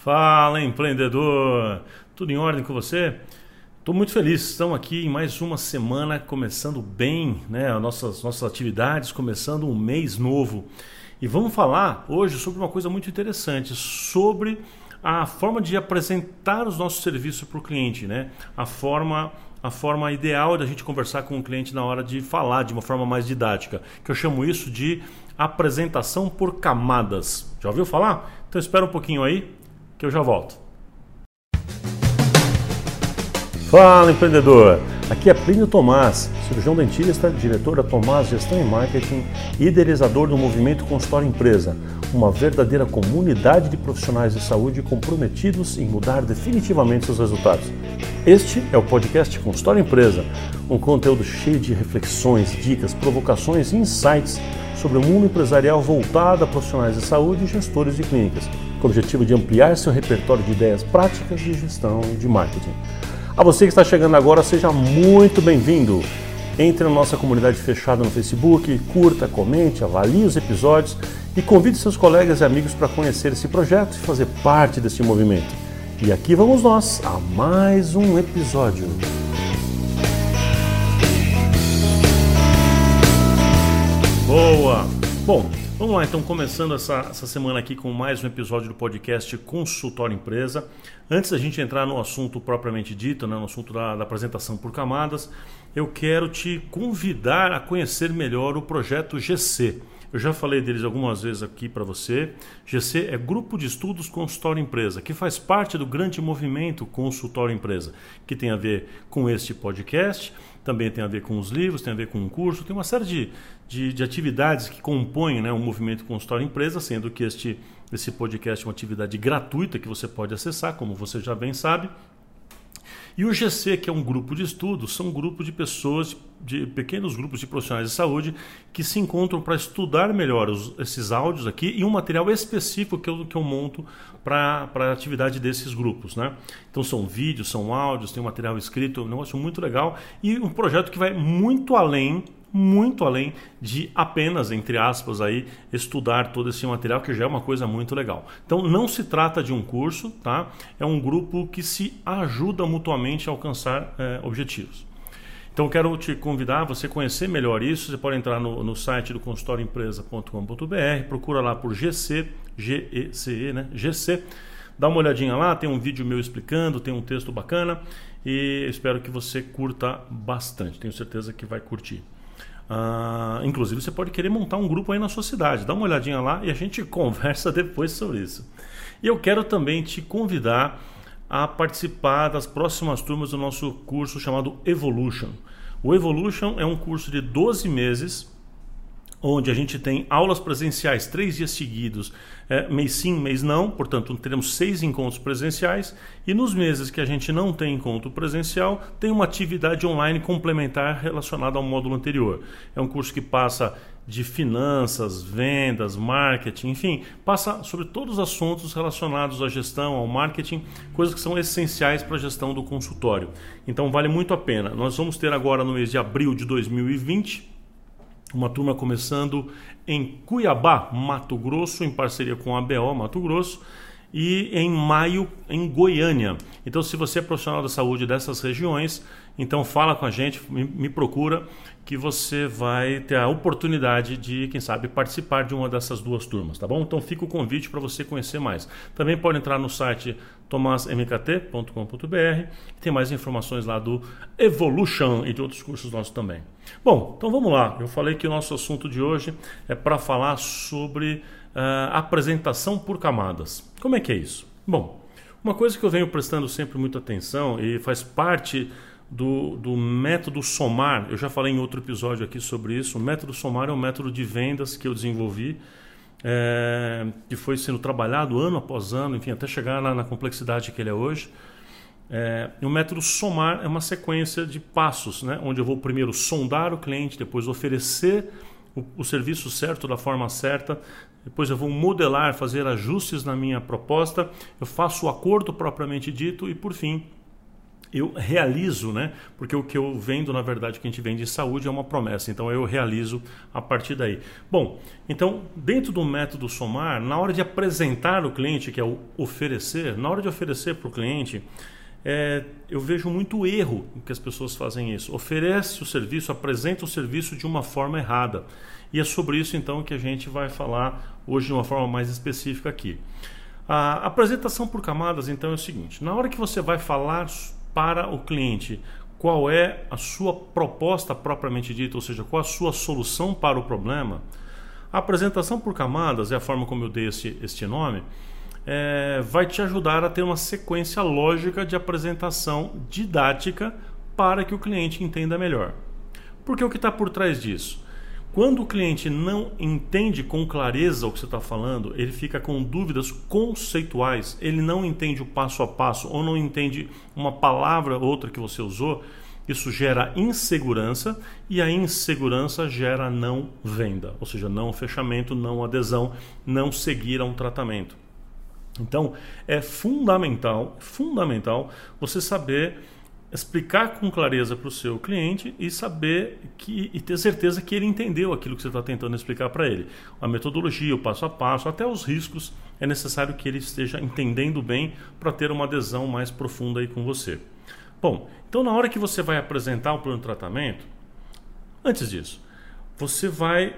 Fala, empreendedor! Tudo em ordem com você? Estou muito feliz, estamos aqui em mais uma semana, começando bem, né? As nossas atividades, começando um mês novo. E vamos falar hoje sobre uma coisa muito interessante, sobre a forma de apresentar os nossos serviços para o cliente, né? A forma ideal da gente conversar com o cliente na hora de falar de uma forma mais didática, que eu chamo isso de apresentação por camadas. Já ouviu falar? Então espera um pouquinho aí que eu já volto. Fala, empreendedor! Aqui é Plínio Tomás, cirurgião dentista, diretor da Tomás Gestão e Marketing e idealizador do movimento Consultório Empresa, uma verdadeira comunidade de profissionais de saúde comprometidos em mudar definitivamente seus resultados. Este é o podcast Consultório Empresa, um conteúdo cheio de reflexões, dicas, provocações e insights sobre o mundo empresarial voltado a profissionais de saúde e gestores de clínicas, com o objetivo de ampliar seu repertório de ideias práticas de gestão e de marketing. A você que está chegando agora, seja muito bem-vindo. Entre na nossa comunidade fechada no Facebook, curta, comente, avalie os episódios e convide seus colegas e amigos para conhecer esse projeto e fazer parte desse movimento. E aqui vamos nós a mais um episódio. Boa! Bom, vamos lá então, começando essa semana aqui com mais um episódio do podcast Consultório Empresa. Antes da gente entrar no assunto propriamente dito, né, no assunto da apresentação por camadas, eu quero te convidar a conhecer melhor o projeto GC. Eu já falei deles algumas vezes aqui para você. GC é Grupo de Estudos Consultório Empresa, que faz parte do grande movimento Consultório Empresa, que tem a ver com este podcast, também tem a ver com os livros, tem a ver com um curso, tem uma série de atividades que compõem, né, o movimento Consultório Empresa, sendo que esse podcast é uma atividade gratuita que você pode acessar, como você já bem sabe. E o GC, que é um grupo de estudos, são grupos de pessoas, de pequenos grupos de profissionais de saúde que se encontram para estudar melhor esses áudios aqui e um material específico que eu monto para a atividade desses grupos, né? Então são vídeos, são áudios, tem um material escrito, um negócio muito legal e um projeto que vai muito além de apenas, entre aspas, aí, estudar todo esse material, que já é uma coisa muito legal. Então não se trata de um curso, tá? É um grupo que se ajuda mutuamente a alcançar objetivos. Então eu quero te convidar a você conhecer melhor isso. Você pode entrar no site do consultorioempresa.com.br, procura lá por GC, G-E-C-E, né? GC, dá uma olhadinha lá, tem um vídeo meu explicando, tem um texto bacana e espero que você curta bastante, tenho certeza que vai curtir. Inclusive você pode querer montar um grupo aí na sua cidade, dá uma olhadinha lá e a gente conversa depois sobre isso. E eu quero também te convidar a participar das próximas turmas do nosso curso chamado Evolution. O Evolution é um curso de 12 meses, onde a gente tem aulas presenciais 3 dias seguidos, mês sim, mês não, portanto teremos 6 encontros presenciais e nos meses que a gente não tem encontro presencial, tem uma atividade online complementar relacionada ao módulo anterior. É um curso que passa de finanças, vendas, marketing, enfim, passa sobre todos os assuntos relacionados à gestão, ao marketing, coisas que são essenciais para a gestão do consultório. Então vale muito a pena. Nós vamos ter agora no mês de abril de 2020, uma turma começando em Cuiabá, Mato Grosso, em parceria com a ABO Mato Grosso, e em maio em Goiânia. Então, se você é profissional da saúde dessas regiões, então fala com a gente, me procura, que você vai ter a oportunidade de, quem sabe, participar de uma dessas duas turmas, tá bom? Então fica o convite para você conhecer mais. Também pode entrar no site tomasmkt.com.br, tem mais informações lá do Evolution e de outros cursos nossos também. Bom, então vamos lá. Eu falei que o nosso assunto de hoje é para falar sobre apresentação por camadas. Como é que é isso? Bom, uma coisa que eu venho prestando sempre muita atenção e faz parte do método SOMAR, eu já falei em outro episódio aqui sobre isso. O método SOMAR é um método de vendas que eu desenvolvi, que foi sendo trabalhado ano após ano, enfim, até chegar na complexidade que ele é hoje. O método SOMAR é uma sequência de passos, né, onde eu vou primeiro sondar o cliente, depois oferecer o serviço certo da forma certa, depois eu vou modelar, fazer ajustes na minha proposta, eu faço o acordo propriamente dito e, por fim, eu realizo, né? Porque o que eu vendo, na verdade, o que a gente vende em saúde é uma promessa. Então eu realizo a partir daí. Bom, então dentro do método SOMAR, na hora de apresentar o cliente, que é o oferecer, na hora de oferecer para o cliente, eu vejo muito erro em que as pessoas fazem isso. Oferece o serviço, apresenta o serviço de uma forma errada. E é sobre isso então que a gente vai falar hoje de uma forma mais específica aqui. A apresentação por camadas então é o seguinte: na hora que você vai falar para o cliente qual é a sua proposta propriamente dita, ou seja, qual a sua solução para o problema, a apresentação por camadas, é a forma como eu dei este nome, vai te ajudar a ter uma sequência lógica de apresentação didática para que o cliente entenda melhor. Porque o que está por trás disso? Quando o cliente não entende com clareza o que você está falando, ele fica com dúvidas conceituais, ele não entende o passo a passo ou não entende uma palavra ou outra que você usou, isso gera insegurança e a insegurança gera não venda, ou seja, não fechamento, não adesão, não seguir a um tratamento. Então é fundamental você saber explicar com clareza para o seu cliente e saber e ter certeza que ele entendeu aquilo que você está tentando explicar para ele. A metodologia, o passo a passo, até os riscos, é necessário que ele esteja entendendo bem para ter uma adesão mais profunda aí com você. Bom, então na hora que você vai apresentar o plano de tratamento, antes disso, você vai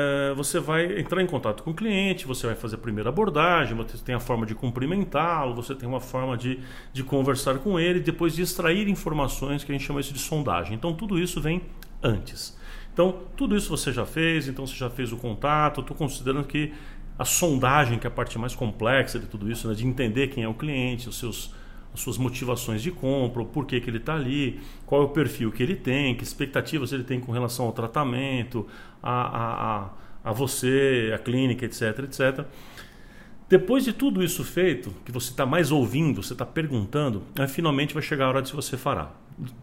entrar em contato com o cliente, você vai fazer a primeira abordagem, você tem a forma de cumprimentá-lo, você tem uma forma de conversar com ele, depois de extrair informações, que a gente chama isso de sondagem. Então tudo isso vem antes. Então tudo isso você já fez, então você já fez o contato. Estou considerando que a sondagem, que é a parte mais complexa de tudo isso, né, de entender quem é o cliente, as suas motivações de compra, o porquê que ele está ali, qual é o perfil que ele tem, que expectativas ele tem com relação ao tratamento, a você, a clínica, etc, etc. Depois de tudo isso feito, que você está mais ouvindo, você está perguntando, aí finalmente vai chegar a hora de você falar.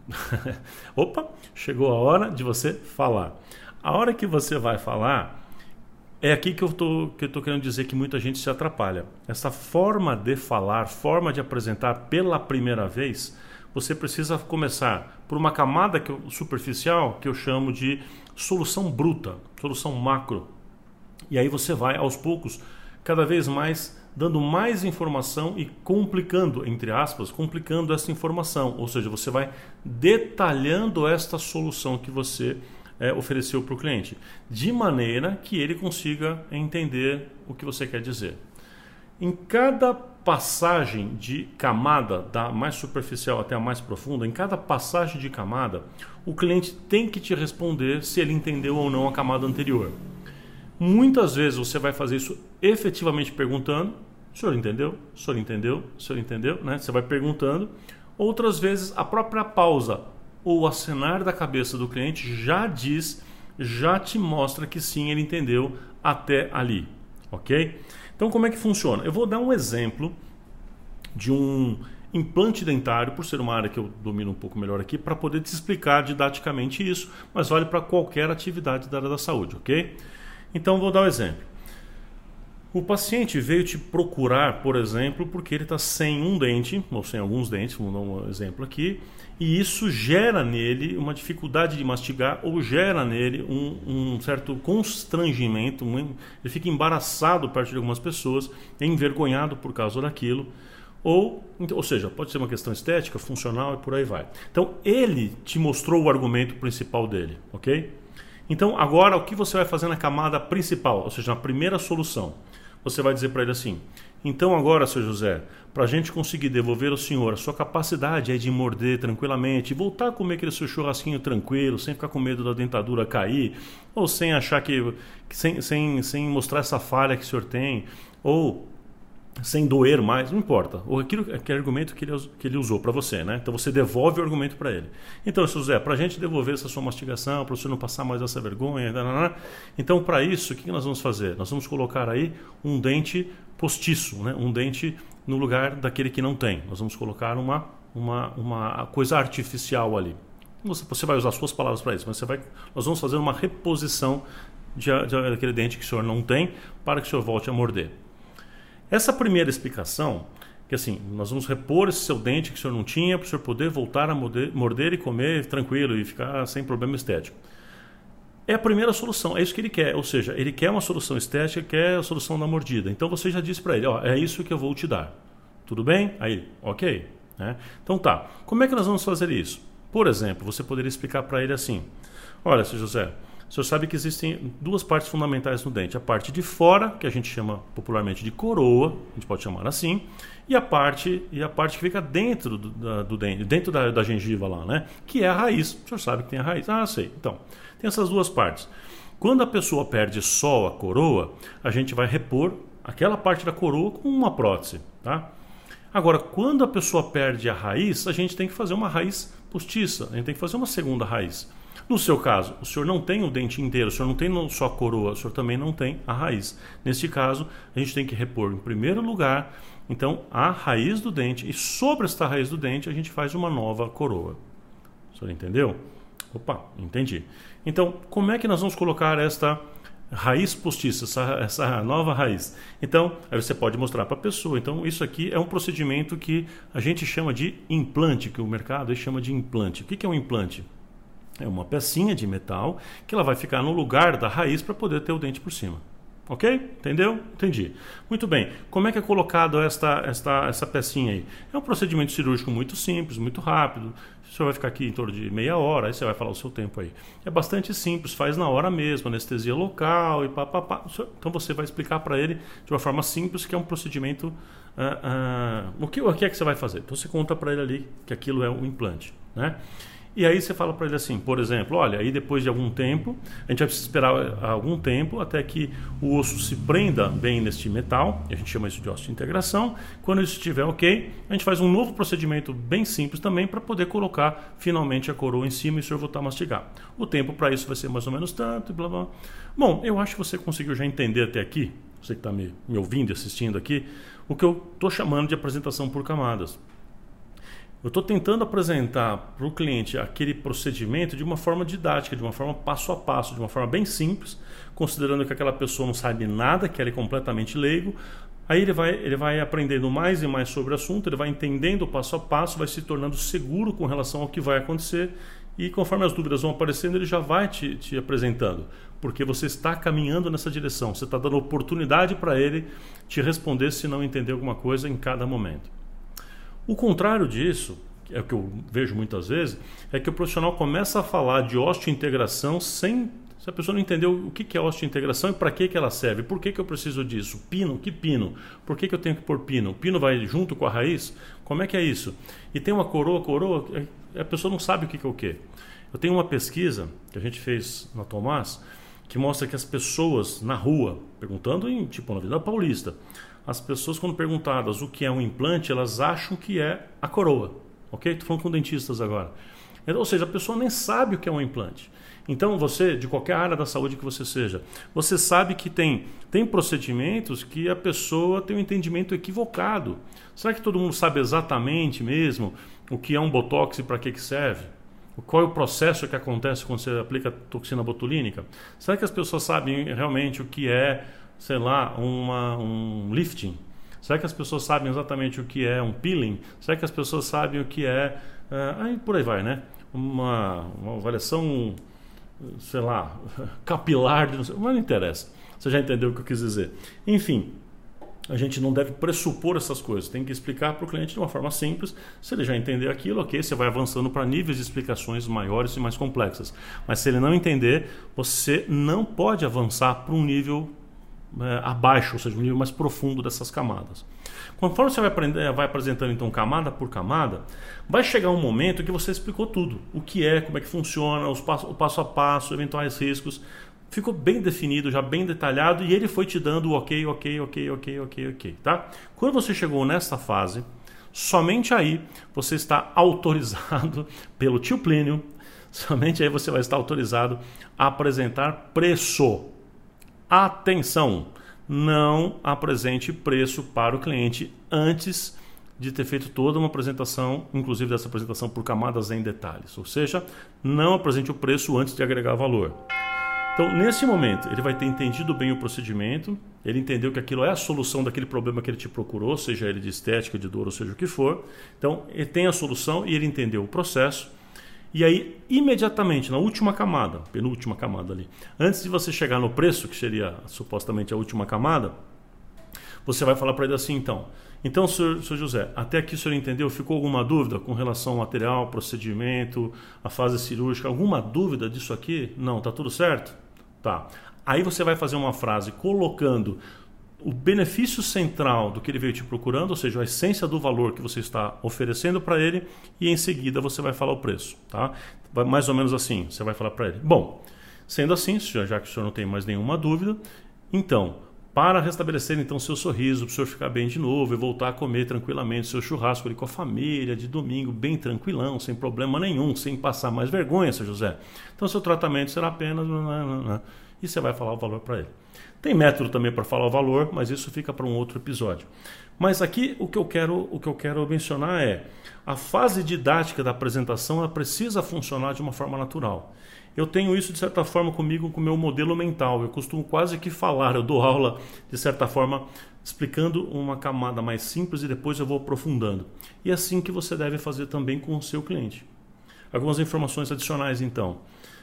Opa, chegou a hora de você falar. A hora que você vai falar, é aqui que eu tô querendo dizer que muita gente se atrapalha. Essa forma de falar, forma de apresentar pela primeira vez, você precisa começar por uma camada superficial que eu chamo de solução bruta, solução macro. E aí você vai, aos poucos, cada vez mais dando mais informação e complicando, entre aspas, complicando essa informação. Ou seja, você vai detalhando esta solução que você ofereceu para o cliente, de maneira que ele consiga entender o que você quer dizer. Em cada passagem de camada, da mais superficial até a mais profunda, em cada passagem de camada, o cliente tem que te responder se ele entendeu ou não a camada anterior. Muitas vezes você vai fazer isso efetivamente perguntando: o senhor entendeu? O senhor entendeu? O senhor entendeu? Né? Você vai perguntando. Outras vezes a própria pausa ou acenar da cabeça do cliente já te mostra que sim, ele entendeu até ali, ok? Então como é que funciona? Eu vou dar um exemplo de um implante dentário, por ser uma área que eu domino um pouco melhor aqui, para poder te explicar didaticamente isso, mas vale para qualquer atividade da área da saúde, ok? Então vou dar um exemplo. O paciente veio te procurar, por exemplo, porque ele está sem um dente, ou sem alguns dentes, vamos dar um exemplo aqui, e isso gera nele uma dificuldade de mastigar, ou gera nele um certo constrangimento, ele fica embaraçado perto de algumas pessoas, envergonhado por causa daquilo, ou seja, pode ser uma questão estética, funcional e por aí vai. Então ele te mostrou o argumento principal dele, ok? Então agora o que você vai fazer na camada principal, ou seja, na primeira solução? Você vai dizer para ele assim: então agora, seu José, para a gente conseguir devolver ao senhor a sua capacidade de morder tranquilamente, voltar a comer aquele seu churrasquinho tranquilo, sem ficar com medo da dentadura cair, ou sem achar sem mostrar essa falha que o senhor tem, ou sem doer mais, não importa, ou aquele argumento que ele usou para você, né? Então você devolve o argumento para ele. Então, seu José, para a gente devolver essa sua mastigação, para você não passar mais essa vergonha, então para isso, o que nós vamos fazer? Nós vamos colocar aí um dente postiço, né? Um dente no lugar daquele que não tem. Nós vamos colocar uma coisa artificial ali. Você vai usar suas palavras para isso, mas nós vamos fazer uma reposição daquele dente que o senhor não tem para que o senhor volte a morder. Essa primeira explicação, que assim, nós vamos repor esse seu dente que o senhor não tinha, para o senhor poder voltar a morder e comer tranquilo e ficar sem problema estético. É a primeira solução, é isso que ele quer, ou seja, ele quer uma solução estética, quer a solução da mordida. Então você já disse para ele, ó, é isso que eu vou te dar. Tudo bem? Aí, ok. Né? Então tá, como é que nós vamos fazer isso? Por exemplo, você poderia explicar para ele assim, olha, seu José, o senhor sabe que existem duas partes fundamentais no dente. A parte de fora, que a gente chama popularmente de coroa, a gente pode chamar assim, e a parte que fica dentro do dente, dentro da gengiva lá, né? Que é a raiz. O senhor sabe que tem a raiz? Ah, sei. Então, tem essas duas partes. Quando a pessoa perde só a coroa, a gente vai repor aquela parte da coroa com uma prótese, tá? Agora, quando a pessoa perde a raiz, a gente tem que fazer uma raiz postiça, a gente tem que fazer uma segunda raiz. No seu caso, o senhor não tem o dente inteiro, o senhor não tem só a coroa, o senhor também não tem a raiz. Neste caso, a gente tem que repor em primeiro lugar, então, a raiz do dente, e sobre esta raiz do dente a gente faz uma nova coroa. O senhor entendeu? Opa, entendi. Então, como é que nós vamos colocar esta raiz postiça, essa nova raiz? Então, aí você pode mostrar para a pessoa. Então, isso aqui é um procedimento que a gente chama de implante, que o mercado chama de implante. O que é um implante? É uma pecinha de metal que ela vai ficar no lugar da raiz para poder ter o dente por cima. Ok? Entendeu? Entendi. Muito bem. Como é que é colocado essa pecinha aí? É um procedimento cirúrgico muito simples, muito rápido. O senhor vai ficar aqui em torno de meia hora, aí você vai falar o seu tempo aí. É bastante simples, faz na hora mesmo, anestesia local e papapá. Então você vai explicar para ele de uma forma simples que é um procedimento... o que é que você vai fazer? Então você conta para ele ali que aquilo é um implante, né? E aí você fala para ele assim, por exemplo, olha, aí depois de algum tempo, a gente vai precisar esperar algum tempo até que o osso se prenda bem neste metal, a gente chama isso de osteointegração. Quando isso estiver ok, a gente faz um novo procedimento bem simples também para poder colocar finalmente a coroa em cima e o senhor voltar a mastigar. O tempo para isso vai ser mais ou menos tanto e blá blá. Bom, eu acho que você conseguiu já entender até aqui, você que está me ouvindo e assistindo aqui, o que eu estou chamando de apresentação por camadas. Eu estou tentando apresentar para o cliente aquele procedimento de uma forma didática, de uma forma passo a passo, de uma forma bem simples, considerando que aquela pessoa não sabe nada, que ela é completamente leigo. Aí ele vai aprendendo mais e mais sobre o assunto, ele vai entendendo o passo a passo, vai se tornando seguro com relação ao que vai acontecer e conforme as dúvidas vão aparecendo, ele já vai te apresentando, porque você está caminhando nessa direção, você está dando oportunidade para ele te responder se não entender alguma coisa em cada momento. O contrário disso, é o que eu vejo muitas vezes, é que o profissional começa a falar de osteointegração se a pessoa não entendeu o que é osteointegração e para que ela serve, por que eu preciso disso, pino, que pino, por que eu tenho que pôr pino, o pino vai junto com a raiz, como é que é isso? E tem uma coroa, a pessoa não sabe o que é o quê. Eu tenho uma pesquisa que a gente fez na Tomás, que mostra que as pessoas na rua, perguntando na Avenida Paulista, as pessoas quando perguntadas o que é um implante, elas acham que é a coroa, ok? Estou falando com dentistas agora. Ou seja, a pessoa nem sabe o que é um implante. Então você, de qualquer área da saúde que você seja, você sabe que tem procedimentos que a pessoa tem um entendimento equivocado. Será que todo mundo sabe exatamente mesmo o que é um botox e para que serve? Qual é o processo que acontece quando você aplica toxina botulínica? Será que as pessoas sabem realmente o que é, sei lá, um lifting? Será que as pessoas sabem exatamente o que é um peeling? Será que as pessoas sabem o que é... aí por aí vai, né? Uma avaliação, sei lá, capilar, mas não interessa. Você já entendeu o que eu quis dizer. Enfim, a gente não deve pressupor essas coisas. Tem que explicar para o cliente de uma forma simples. Se ele já entender aquilo, ok, você vai avançando para níveis de explicações maiores e mais complexas. Mas se ele não entender, você não pode avançar para um nível abaixo, ou seja, um nível mais profundo dessas camadas. Conforme você vai apresentando então camada por camada, vai chegar um momento que você explicou tudo. O que é, como é que funciona, o passo a passo, eventuais riscos. Ficou bem definido, já bem detalhado, e ele foi te dando o ok, tá? Quando você chegou nessa fase, somente aí você está autorizado pelo tio Plínio, somente aí você vai estar autorizado a apresentar preço. Atenção, não apresente preço para o cliente antes de ter feito toda uma apresentação, inclusive dessa apresentação por camadas em detalhes. Ou seja, não apresente o preço antes de agregar valor. Então, nesse momento, ele vai ter entendido bem o procedimento, ele entendeu que aquilo é a solução daquele problema que ele te procurou, seja ele de estética, de dor, ou seja o que for. Então, ele tem a solução e ele entendeu o processo. E aí, imediatamente, na última camada, penúltima camada ali, antes de você chegar no preço, que seria supostamente a última camada, você vai falar para ele assim, então, senhor José, até aqui o senhor entendeu? Ficou alguma dúvida com relação ao material, procedimento, a fase cirúrgica? Alguma dúvida disso aqui? Não, tá tudo certo? Tá. Aí você vai fazer uma frase colocando o benefício central do que ele veio te procurando, ou seja, a essência do valor que você está oferecendo para ele, e em seguida você vai falar o preço. Tá? Mais ou menos assim, você vai falar para ele. Bom, sendo assim, já que o senhor não tem mais nenhuma dúvida, então, para restabelecer então seu sorriso, para o senhor ficar bem de novo e voltar a comer tranquilamente seu churrasco ali com a família, de domingo, bem tranquilão, sem problema nenhum, sem passar mais vergonha, seu José. Então seu tratamento será apenas... E você vai falar o valor para ele. Tem método também para falar o valor, mas isso fica para um outro episódio. Mas aqui o que eu quero mencionar é a fase didática da apresentação, ela precisa funcionar de uma forma natural. Eu tenho isso de certa forma comigo, com o meu modelo mental. Eu costumo quase que falar, eu dou aula de certa forma explicando uma camada mais simples e depois eu vou aprofundando. E é assim que você deve fazer também com o seu cliente. Algumas informações adicionais então.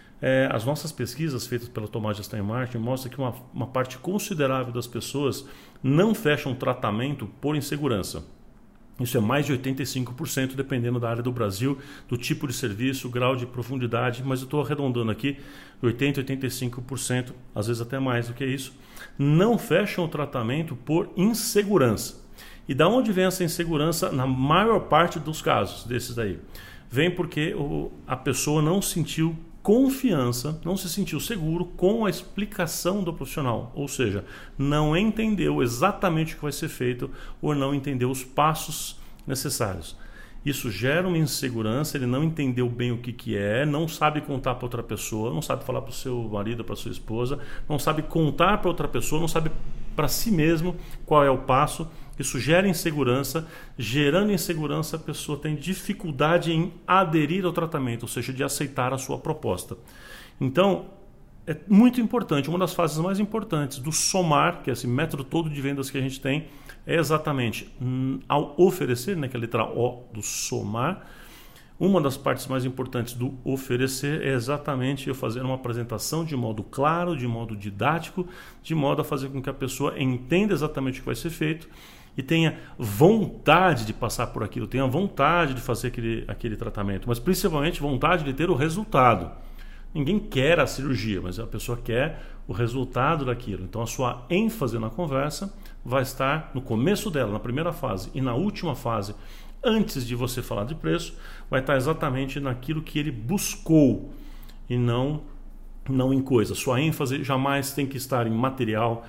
As nossas pesquisas feitas pela Tomás Gestão e Marketing mostram que uma parte considerável das pessoas não fecham tratamento por insegurança. Isso é mais de 85%, dependendo da área do Brasil, do tipo de serviço, grau de profundidade, mas eu estou arredondando aqui, 80% a 85%, às vezes até mais do que isso, não fecham o tratamento por insegurança. E da onde vem essa insegurança na maior parte dos casos desses aí? Vem porque a pessoa não sentiu confiança, não se sentiu seguro com a explicação do profissional, ou seja, não entendeu exatamente o que vai ser feito ou não entendeu os passos necessários. Isso gera uma insegurança, ele não entendeu bem o que é, não sabe contar para outra pessoa, não sabe falar para o seu marido, para a sua esposa, não sabe contar para outra pessoa, não sabe para si mesmo qual é o passo. Isso gera insegurança, gerando insegurança a pessoa tem dificuldade em aderir ao tratamento, ou seja, de aceitar a sua proposta. Então, é muito importante, uma das fases mais importantes do SOMAR, que é esse método todo de vendas que a gente tem, é exatamente ao oferecer, que é a letra O do SOMAR, uma das partes mais importantes do oferecer é exatamente eu fazer uma apresentação de modo claro, de modo didático, de modo a fazer com que a pessoa entenda exatamente o que vai ser feito e tenha vontade de passar por aquilo, tenha vontade de fazer aquele tratamento, mas principalmente vontade de ter o resultado. Ninguém quer a cirurgia, mas a pessoa quer o resultado daquilo. Então a sua ênfase na conversa vai estar no começo dela, na primeira fase, e na última fase, antes de você falar de preço, vai estar exatamente naquilo que ele buscou e não em coisa. Sua ênfase jamais tem que estar em material,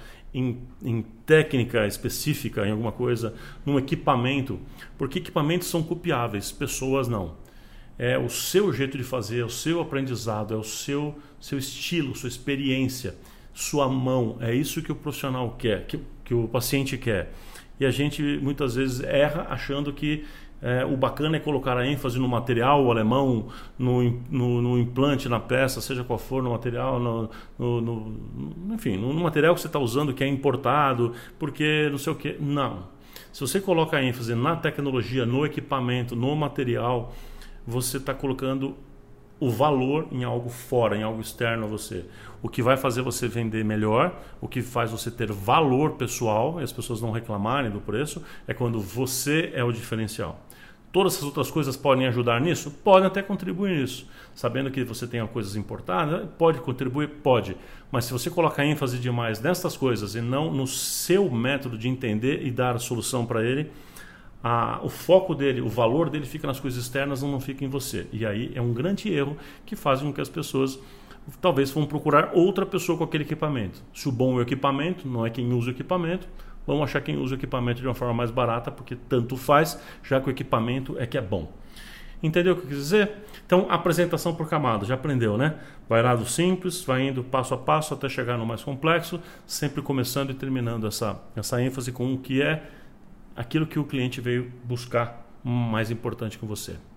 em técnica específica, em alguma coisa, num equipamento, porque equipamentos são copiáveis, pessoas não. É o seu jeito de fazer, é o seu aprendizado, é o seu estilo, sua experiência, sua mão. É isso que o profissional quer, que o paciente quer. E a gente muitas vezes erra achando que o bacana é colocar a ênfase no material, o alemão, no implante, na peça, seja qual for, no material, enfim, no material que você está usando que é importado, porque não sei o que. Não. Se você coloca a ênfase na tecnologia, no equipamento, no material, você está colocando o valor em algo fora, em algo externo a você. O que vai fazer você vender melhor, o que faz você ter valor pessoal, e as pessoas não reclamarem do preço, é quando você é o diferencial. Todas essas outras coisas podem ajudar nisso? Podem até contribuir nisso. Sabendo que você tem coisas importadas, pode contribuir? Pode. Mas se você colocar ênfase demais nessas coisas e não no seu método de entender e dar a solução para ele, o foco dele, o valor dele fica nas coisas externas, não fica em você. E aí é um grande erro que faz com que as pessoas talvez vão procurar outra pessoa com aquele equipamento. Se o bom é o equipamento, não é quem usa o equipamento, vão achar quem usa o equipamento de uma forma mais barata, porque tanto faz, já que o equipamento é que é bom. Entendeu o que eu quis dizer? Então, apresentação por camada, já aprendeu, né? Vai lá do simples, vai indo passo a passo até chegar no mais complexo, sempre começando e terminando essa ênfase com o que é aquilo que o cliente veio buscar mais importante com você.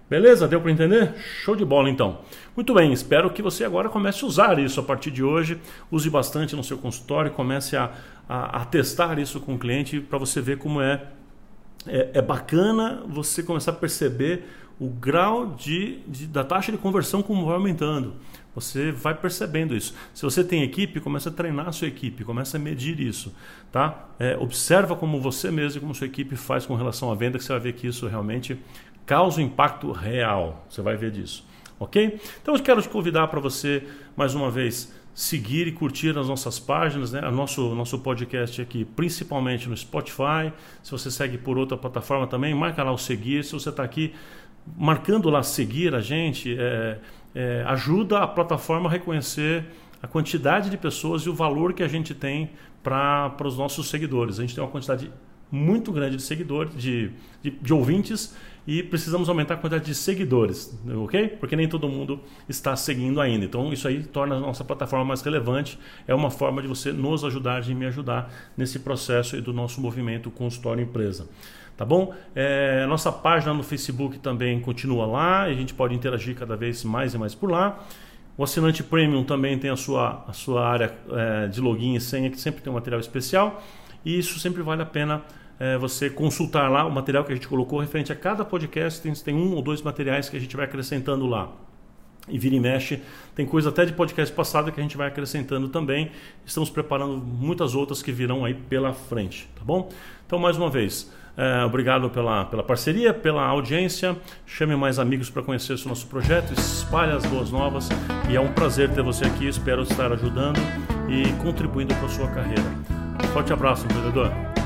Beleza? Deu para entender? Show de bola então. Muito bem, espero que você agora comece a usar isso a partir de hoje. Use bastante no seu consultório, comece a testar isso com o cliente para você ver como é bacana você começar a perceber o grau da taxa de conversão como vai aumentando. Você vai percebendo isso. Se você tem equipe, começa a treinar a sua equipe, começa a medir isso, tá? Observa como você mesmo e como sua equipe faz com relação à venda, que você vai ver que isso realmente causa um impacto real. Você vai ver disso, ok? Então eu quero te convidar para você, mais uma vez, seguir e curtir as nossas páginas, né? Nosso podcast aqui, principalmente no Spotify. Se você segue por outra plataforma também, marca lá o seguir. Se você está aqui marcando lá seguir a gente, ajuda a plataforma a reconhecer a quantidade de pessoas e o valor que a gente tem para os nossos seguidores. A gente tem uma quantidade muito grande de seguidores, de ouvintes, e precisamos aumentar a quantidade de seguidores, ok? Porque nem todo mundo está seguindo ainda. Então isso aí torna a nossa plataforma mais relevante. É uma forma de você nos ajudar, de me ajudar nesse processo aí do nosso movimento Consultório Empresa. Tá bom? Nossa página no Facebook também continua lá, e a gente pode interagir cada vez mais e mais por lá. O assinante Premium também tem a sua área de login e senha, que sempre tem um material especial, e isso sempre vale a pena você consultar lá o material que a gente colocou referente a cada podcast. Tem 1 ou 2 materiais que a gente vai acrescentando lá. E vira e mexe, tem coisa até de podcast passado que a gente vai acrescentando também. Estamos preparando muitas outras que virão aí pela frente, tá bom? Então, mais uma vez, obrigado pela parceria, pela audiência. Chame mais amigos para conhecer o nosso projeto, espalhe as boas novas, e é um prazer ter você aqui. Espero estar ajudando e contribuindo para a sua carreira. Forte abraço, empreendedor.